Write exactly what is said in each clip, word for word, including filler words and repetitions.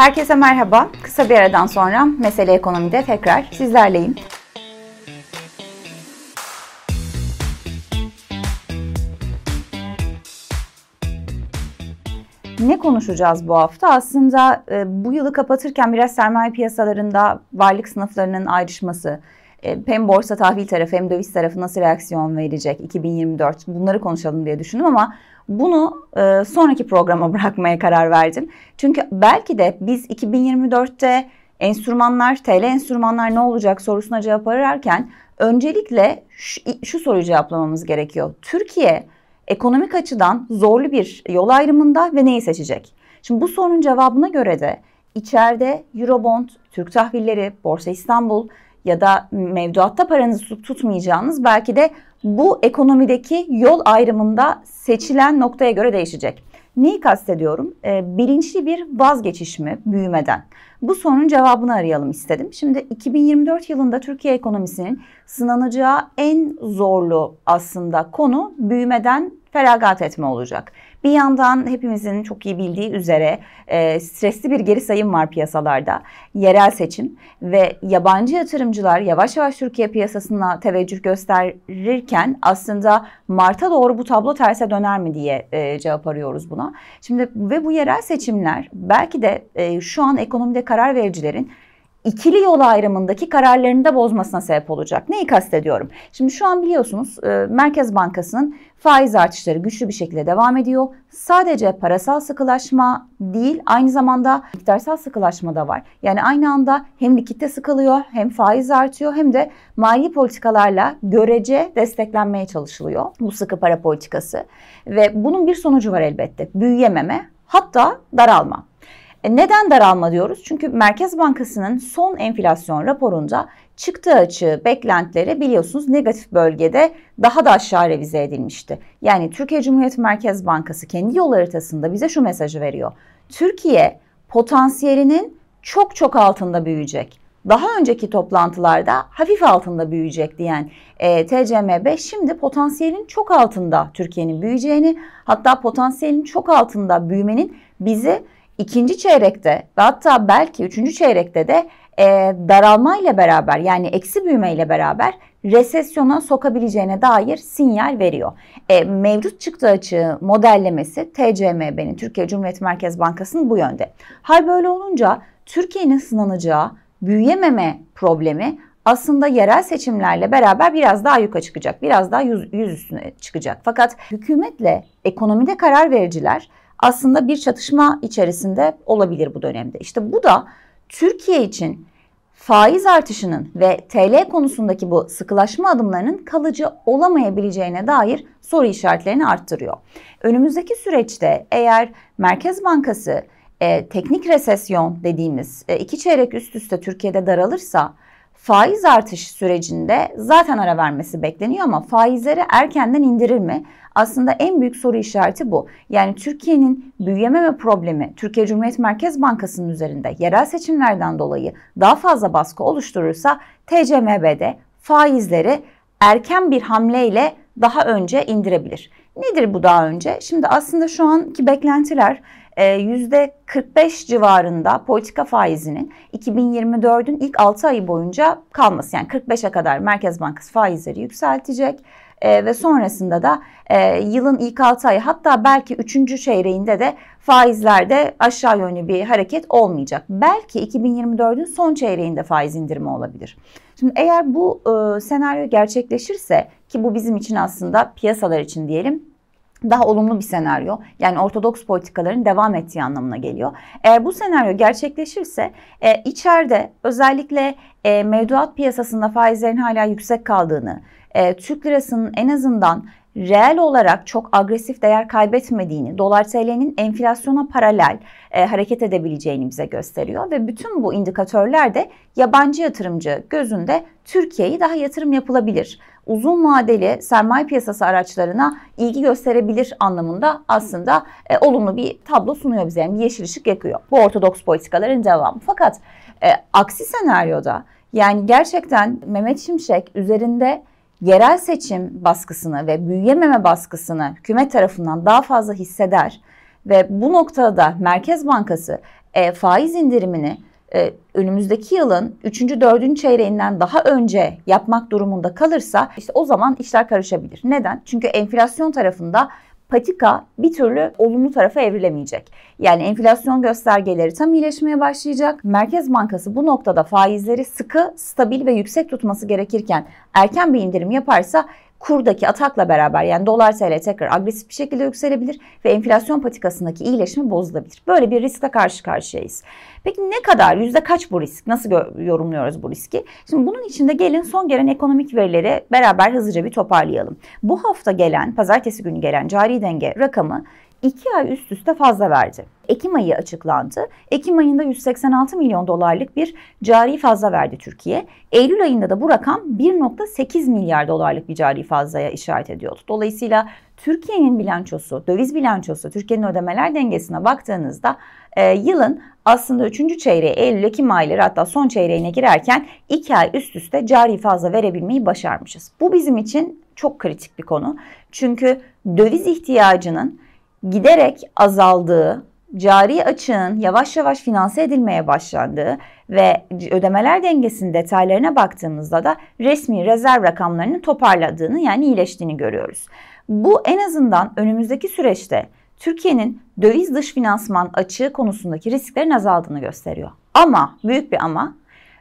Herkese merhaba. Kısa bir aradan sonra Mesele Ekonomi'de tekrar sizlerleyim. Ne konuşacağız bu hafta? Aslında e, bu yılı kapatırken biraz sermaye piyasalarında varlık sınıflarının ayrışması, e, hem borsa tahvil tarafı hem döviz tarafı nasıl reaksiyon verecek iki bin yirmi dört, bunları konuşalım diye düşündüm ama bunu e, sonraki programa bırakmaya karar verdim. Çünkü belki de biz iki bin yirmi dörtte enstrümanlar, T L enstrümanlar ne olacak sorusuna cevap ararken öncelikle şu, şu soruyu cevaplamamız gerekiyor. Türkiye ekonomik açıdan zorlu bir yol ayrımında ve neyi seçecek? Şimdi bu sorunun cevabına göre de içeride Eurobond, Türk tahvilleri, Borsa İstanbul ya da mevduatta paranızı tutmayacağınız belki de bu ekonomideki yol ayrımında seçilen noktaya göre değişecek. Neyi kastediyorum? E, bilinçli bir vazgeçiş mi büyümeden? Bu sorunun cevabını arayalım istedim. Şimdi iki bin yirmi dört yılında Türkiye ekonomisinin sınanacağı en zorlu aslında konu büyümeden feragat etme olacak. Bir yandan hepimizin çok iyi bildiği üzere e, stresli bir geri sayım var piyasalarda. Yerel seçim ve yabancı yatırımcılar yavaş yavaş Türkiye piyasasına teveccüh gösterirken aslında Mart'a doğru bu tablo terse döner mi diye e, cevap arıyoruz buna. Şimdi ve bu yerel seçimler belki de e, şu an ekonomide karar vericilerin İkili yol ayrımındaki kararlarını da bozmasına sebep olacak. Neyi kastediyorum? Şimdi şu an biliyorsunuz Merkez Bankası'nın faiz artışları güçlü bir şekilde devam ediyor. Sadece parasal sıkılaşma değil, aynı zamanda miktarsal sıkılaşma da var. Yani aynı anda hem likitte sıkılıyor, hem faiz artıyor, hem de mali politikalarla görece desteklenmeye çalışılıyor bu sıkı para politikası. Ve bunun bir sonucu var elbette. Büyüyememe, hatta daralma. Neden daralma diyoruz? Çünkü Merkez Bankası'nın son enflasyon raporunda çıktığı açığı beklentileri biliyorsunuz negatif bölgede daha da aşağı revize edilmişti. Yani Türkiye Cumhuriyet Merkez Bankası kendi yol haritasında bize şu mesajı veriyor. Türkiye potansiyelinin çok çok altında büyüyecek. Daha önceki toplantılarda hafif altında büyüyecek diyen e, T C M B şimdi potansiyelin çok altında Türkiye'nin büyüyeceğini, hatta potansiyelin çok altında büyümenin bizi İkinci çeyrekte ve hatta belki üçüncü çeyrekte de e, daralma ile beraber, yani eksi büyüme ile beraber resesyona sokabileceğine dair sinyal veriyor. E, mevcut çıktığı açığı modellemesi T C M B'nin, Türkiye Cumhuriyet Merkez Bankası'nın bu yönde. Hal böyle olunca Türkiye'nin sınanacağı büyüyememe problemi aslında yerel seçimlerle beraber biraz daha yukarı çıkacak, biraz daha yüz, yüz üstüne çıkacak. Fakat hükümetle ekonomide karar vericiler aslında bir çatışma içerisinde olabilir bu dönemde. İşte bu da Türkiye için faiz artışının ve T L konusundaki bu sıkılaşma adımlarının kalıcı olamayabileceğine dair soru işaretlerini arttırıyor. Önümüzdeki süreçte eğer Merkez Bankası e, teknik resesyon dediğimiz e, iki çeyrek üst üste Türkiye'de daralırsa faiz artış sürecinde zaten ara vermesi bekleniyor ama faizleri erkenden indirir mi? Aslında en büyük soru işareti bu. Yani Türkiye'nin büyüyememe problemi Türkiye Cumhuriyet Merkez Bankası'nın üzerinde yerel seçimlerden dolayı daha fazla baskı oluşturursa T C M B'de faizleri erken bir hamleyle daha önce indirebilir. Nedir bu daha önce? Şimdi aslında şu anki beklentiler yüzde kırk beş civarında politika faizinin iki bin yirmi dördün ilk altı ayı boyunca kalması. Yani kırk beşe kadar Merkez Bankası faizleri yükseltecek. Ee, ve sonrasında da e, yılın ilk altı ayı, hatta belki üçüncü çeyreğinde de faizlerde aşağı yönlü bir hareket olmayacak. Belki iki bin yirmi dördün son çeyreğinde faiz indirimi olabilir. Şimdi eğer bu e, senaryo gerçekleşirse, ki bu bizim için aslında piyasalar için diyelim daha olumlu bir senaryo, yani ortodoks politikaların devam ettiği anlamına geliyor. Eğer bu senaryo gerçekleşirse e, içeride özellikle e, mevduat piyasasında faizlerin hala yüksek kaldığını, e, Türk lirasının en azından reel olarak çok agresif değer kaybetmediğini, dolar T L'nin enflasyona paralel e, hareket edebileceğini bize gösteriyor ve bütün bu indikatörler de yabancı yatırımcı gözünde Türkiye'yi daha yatırım yapılabilir, uzun vadeli sermaye piyasası araçlarına ilgi gösterebilir anlamında aslında e, olumlu bir tablo sunuyor bize. Yani bir yeşil ışık yakıyor. Bu ortodoks politikaların devamı. Fakat e, aksi senaryoda, yani gerçekten Mehmet Şimşek üzerinde yerel seçim baskısını ve büyüyememe baskısını hükümet tarafından daha fazla hisseder ve bu noktada Merkez Bankası e, faiz indirimini e, önümüzdeki yılın üçüncü dördüncü çeyreğinden daha önce yapmak durumunda kalırsa işte o zaman işler karışabilir. Neden? Çünkü enflasyon tarafında patika bir türlü olumlu tarafa evrilemeyecek. Yani enflasyon göstergeleri tam iyileşmeye başlayacak. Merkez Bankası bu noktada faizleri sıkı, stabil ve yüksek tutması gerekirken erken bir indirim yaparsa kurdaki atakla beraber, yani dolar T L tekrar agresif bir şekilde yükselebilir ve enflasyon patikasındaki iyileşme bozulabilir. Böyle bir riskle karşı karşıyayız. Peki ne kadar, yüzde kaç bu risk? Nasıl yorumluyoruz bu riski? Şimdi bunun içinde gelin son gelen ekonomik verileri beraber hızlıca bir toparlayalım. Bu hafta gelen, pazartesi günü gelen cari denge rakamı iki ay üst üste fazla verdi. Ekim ayı açıklandı. Ekim ayında yüz seksen altı milyon dolarlık bir cari fazla verdi Türkiye. Eylül ayında da bu rakam bir virgül sekiz milyar dolarlık bir cari fazlaya işaret ediyordu. Dolayısıyla Türkiye'nin bilançosu, döviz bilançosu, Türkiye'nin ödemeler dengesine baktığınızda e, yılın aslında üçüncü çeyreği, Eylül-Ekim ayları, hatta son çeyreğine girerken iki ay üst üste cari fazla verebilmeyi başarmışız. Bu bizim için çok kritik bir konu. Çünkü döviz ihtiyacının giderek azaldığı, cari açığın yavaş yavaş finanse edilmeye başlandığı ve ödemeler dengesinin detaylarına baktığımızda da resmi rezerv rakamlarının toparladığını, yani iyileştiğini görüyoruz. Bu en azından önümüzdeki süreçte Türkiye'nin döviz dış finansman açığı konusundaki risklerin azaldığını gösteriyor. Ama, büyük bir ama,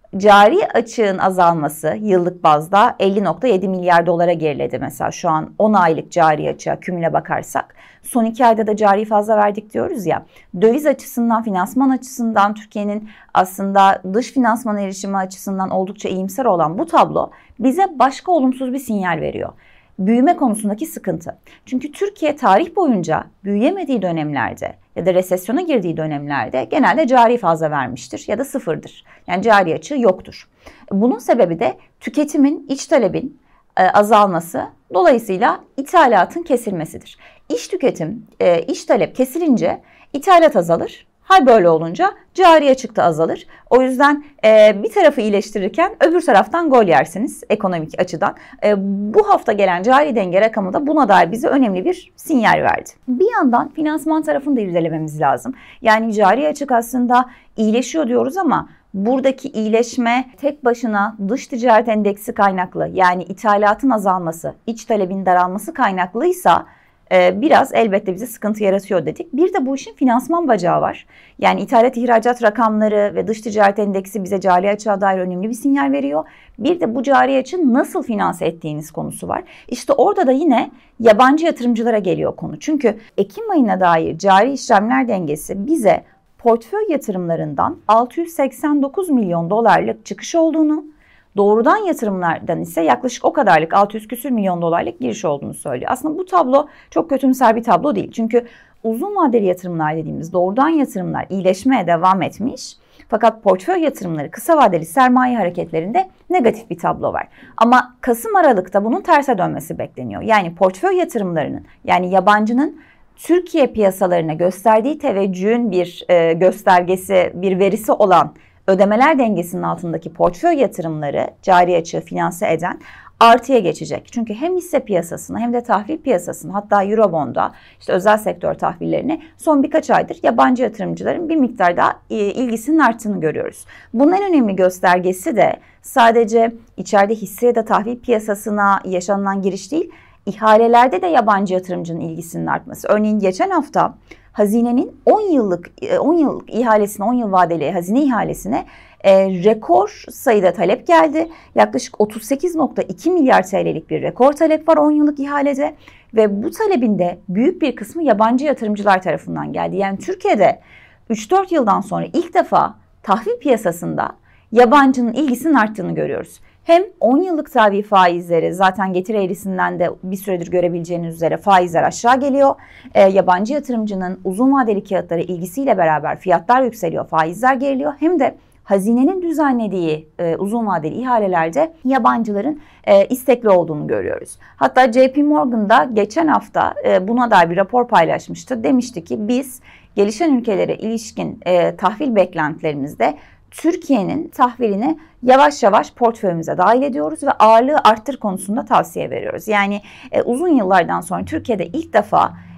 cari açığın azalması yıllık bazda elli virgül yedi milyar dolara geriledi mesela şu an on aylık cari açığa kümüle bakarsak. Son iki ayda da cari fazla verdik diyoruz ya. Döviz açısından, finansman açısından Türkiye'nin aslında dış finansman erişimi açısından oldukça iyimser olan bu tablo bize başka olumsuz bir sinyal veriyor. Büyüme konusundaki sıkıntı. Çünkü Türkiye tarih boyunca büyüyemediği dönemlerde ya da resesyona girdiği dönemlerde genelde cari fazla vermiştir ya da sıfırdır. Yani cari açığı yoktur. Bunun sebebi de tüketimin, iç talebin azalması, dolayısıyla ithalatın kesilmesidir. İç tüketim, iç talep kesilince ithalat azalır. Hal böyle olunca cari açık da azalır. O yüzden e, bir tarafı iyileştirirken öbür taraftan gol yersiniz ekonomik açıdan. E, bu hafta gelen cari denge rakamı da buna dair bize önemli bir sinyal verdi. Bir yandan finansman tarafını da irdelememiz lazım. Yani cari açık aslında iyileşiyor diyoruz ama buradaki iyileşme tek başına dış ticaret endeksi kaynaklı, yani ithalatın azalması, iç talebin daralması kaynaklıysa biraz elbette bize sıkıntı yaratıyor dedik. Bir de bu işin finansman bacağı var. Yani ithalat ihracat rakamları ve dış ticaret endeksi bize cari açığa dair önemli bir sinyal veriyor. Bir de bu cari açığı nasıl finanse ettiğiniz konusu var. İşte orada da yine yabancı yatırımcılara geliyor konu. Çünkü Ekim ayına dair cari işlemler dengesi bize portföy yatırımlarından altı yüz seksen dokuz milyon dolarlık çıkış olduğunu, doğrudan yatırımlardan ise yaklaşık o kadarlık altı yüz küsür milyon dolarlık giriş olduğunu söylüyor. Aslında bu tablo çok kötümser bir tablo değil. Çünkü uzun vadeli yatırımlar dediğimiz doğrudan yatırımlar iyileşmeye devam etmiş. Fakat portföy yatırımları, kısa vadeli sermaye hareketlerinde negatif bir tablo var. Ama Kasım-Aralık'ta bunun terse dönmesi bekleniyor. Yani portföy yatırımlarının, yani yabancının Türkiye piyasalarına gösterdiği teveccühün bir e, göstergesi, bir verisi olan ödemeler dengesinin altındaki portföy yatırımları, cari açığı finanse eden artıya geçecek. Çünkü hem hisse piyasasına hem de tahvil piyasasına, hatta Eurobond'a, işte özel sektör tahvillerine son birkaç aydır yabancı yatırımcıların bir miktar daha ilgisinin arttığını görüyoruz. Bunun en önemli göstergesi de sadece içeride hisse ya da tahvil piyasasına yaşanılan giriş değil, ihalelerde de yabancı yatırımcının ilgisinin artması. Örneğin geçen hafta Hazine'nin on yıllık on yıllık ihalesine, on yıl vadeli hazine ihalesine e, rekor sayıda talep geldi. Yaklaşık otuz sekiz virgül iki milyar T L'lik bir rekor talep var on yıllık ihalede ve bu talebin de büyük bir kısmı yabancı yatırımcılar tarafından geldi. Yani Türkiye'de üç dört yıldan sonra ilk defa tahvil piyasasında yabancının ilgisinin arttığını görüyoruz. Hem on yıllık tahvil faizleri, zaten getiri eğrisinden de bir süredir görebileceğiniz üzere faizler aşağı geliyor. E, yabancı yatırımcının uzun vadeli kağıtlara ilgisiyle beraber fiyatlar yükseliyor, faizler geriliyor. Hem de hazinenin düzenlediği e, uzun vadeli ihalelerde yabancıların e, istekli olduğunu görüyoruz. Hatta J P Morgan'da geçen hafta e, buna dair bir rapor paylaşmıştı. Demişti ki biz gelişen ülkelere ilişkin e, tahvil beklentilerimizde Türkiye'nin tahvilini yavaş yavaş portföyümüze dahil ediyoruz ve ağırlığı arttır konusunda tavsiye veriyoruz. Yani e, uzun yıllardan sonra Türkiye'de ilk defa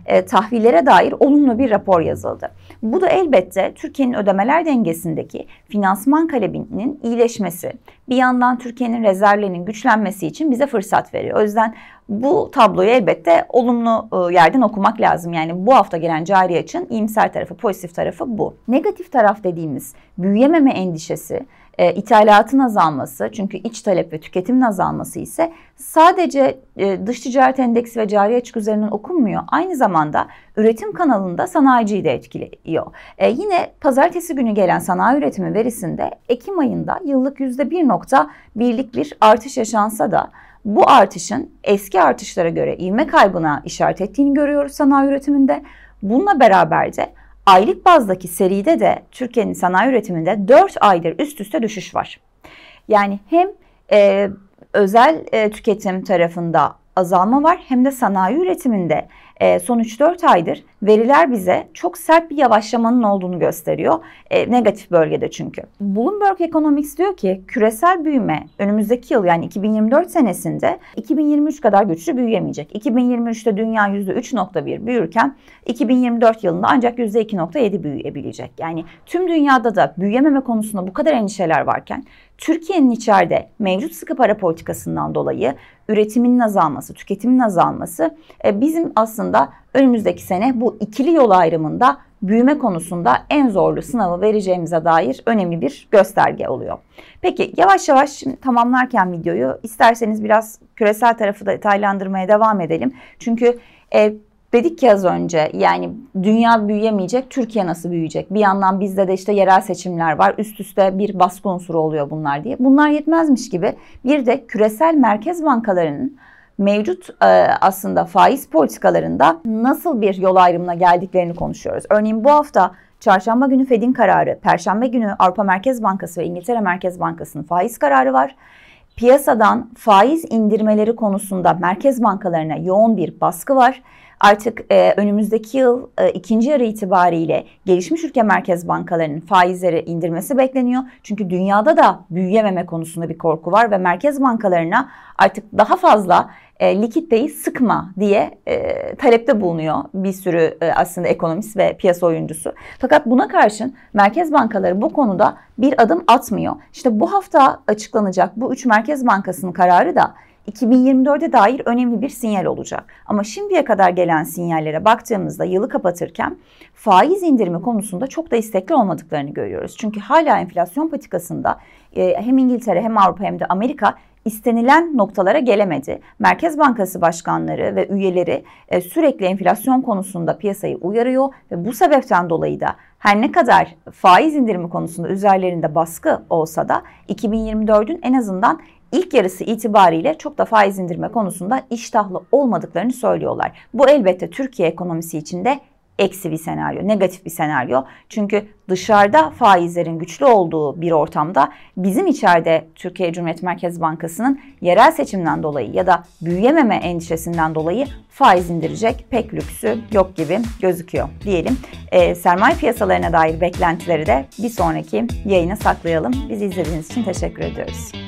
e, tahvillere dair olumlu bir rapor yazıldı. Bu da elbette Türkiye'nin ödemeler dengesindeki finansman kaleminin iyileşmesi, bir yandan Türkiye'nin rezervlerinin güçlenmesi için bize fırsat veriyor. O yüzden bu tabloyu elbette olumlu yerden okumak lazım. Yani bu hafta gelen cari açığın iyimser tarafı, pozitif tarafı bu. Negatif taraf dediğimiz büyüyememe endişesi, E, ithalatın azalması, çünkü iç talep ve tüketimin azalması ise sadece e, dış ticaret endeksi ve cari açık üzerinden okunmuyor. Aynı zamanda üretim kanalında sanayiciyi de etkiliyor. E, yine pazartesi günü gelen sanayi üretimi verisinde Ekim ayında yıllık yüzde bir nokta birlik bir artış yaşansa da bu artışın eski artışlara göre ivme kaybına işaret ettiğini görüyoruz sanayi üretiminde. Bununla beraber de aylık bazdaki seride de Türkiye'nin sanayi üretiminde dört aydır üst üste düşüş var. Yani hem e, özel e, tüketim tarafında azalma var hem de sanayi üretiminde e, son üç dört aydır veriler bize çok sert bir yavaşlamanın olduğunu gösteriyor. E, negatif bölgede çünkü. Bloomberg Economics diyor ki küresel büyüme önümüzdeki yıl yani iki bin yirmi dört senesinde iki bin yirmi üç kadar güçlü büyüyemeyecek. iki bin yirmi üçte dünya yüzde üç nokta bir büyürken iki bin yirmi dört yılında ancak yüzde iki nokta yedi büyüyebilecek. Yani tüm dünyada da büyüyememe konusunda bu kadar endişeler varken Türkiye'nin içeride mevcut sıkı para politikasından dolayı üretiminin azalması, tüketimin azalması bizim aslında önümüzdeki sene bu ikili yol ayrımında büyüme konusunda en zorlu sınavı vereceğimize dair önemli bir gösterge oluyor. Peki yavaş yavaş şimdi tamamlarken videoyu isterseniz biraz küresel tarafı da detaylandırmaya devam edelim. Çünkü e, dedik ki az önce yani dünya büyüyemeyecek, Türkiye nasıl büyüyecek? Bir yandan bizde de işte yerel seçimler var. Üst üste bir baskı unsuru oluyor bunlar diye. Bunlar yetmezmiş gibi bir de küresel merkez bankalarının mevcut e, aslında faiz politikalarında nasıl bir yol ayrımına geldiklerini konuşuyoruz. Örneğin bu hafta çarşamba günü Fed'in kararı, perşembe günü Avrupa Merkez Bankası ve İngiltere Merkez Bankası'nın faiz kararı var. Piyasadan faiz indirmeleri konusunda merkez bankalarına yoğun bir baskı var. Artık e, önümüzdeki yıl e, ikinci yarı itibariyle gelişmiş ülke merkez bankalarının faizleri indirmesi bekleniyor. Çünkü dünyada da büyüyememe konusunda bir korku var ve merkez bankalarına artık daha fazla e, likiditeyi sıkma diye e, talepte bulunuyor bir sürü e, aslında ekonomist ve piyasa oyuncusu. Fakat buna karşın merkez bankaları bu konuda bir adım atmıyor. İşte bu hafta açıklanacak bu üç merkez bankasının kararı da iki bin yirmi dörde dair önemli bir sinyal olacak. Ama şimdiye kadar gelen sinyallere baktığımızda yılı kapatırken faiz indirimi konusunda çok da istekli olmadıklarını görüyoruz. Çünkü hala enflasyon patikasında e, hem İngiltere hem Avrupa hem de Amerika istenilen noktalara gelemedi. Merkez Bankası başkanları ve üyeleri e, sürekli enflasyon konusunda piyasayı uyarıyor ve bu sebepten dolayı da her ne kadar faiz indirimi konusunda üzerlerinde baskı olsa da iki bin yirmi dördün en azından İlk yarısı itibariyle çok da faiz indirme konusunda iştahlı olmadıklarını söylüyorlar. Bu elbette Türkiye ekonomisi için de eksi bir senaryo, negatif bir senaryo. Çünkü dışarıda faizlerin güçlü olduğu bir ortamda bizim içeride Türkiye Cumhuriyet Merkez Bankası'nın yerel seçimden dolayı ya da büyüyememe endişesinden dolayı faiz indirecek pek lüksü yok gibi gözüküyor diyelim. E, sermaye piyasalarına dair beklentileri de bir sonraki yayına saklayalım. Bizi izlediğiniz için teşekkür ediyoruz.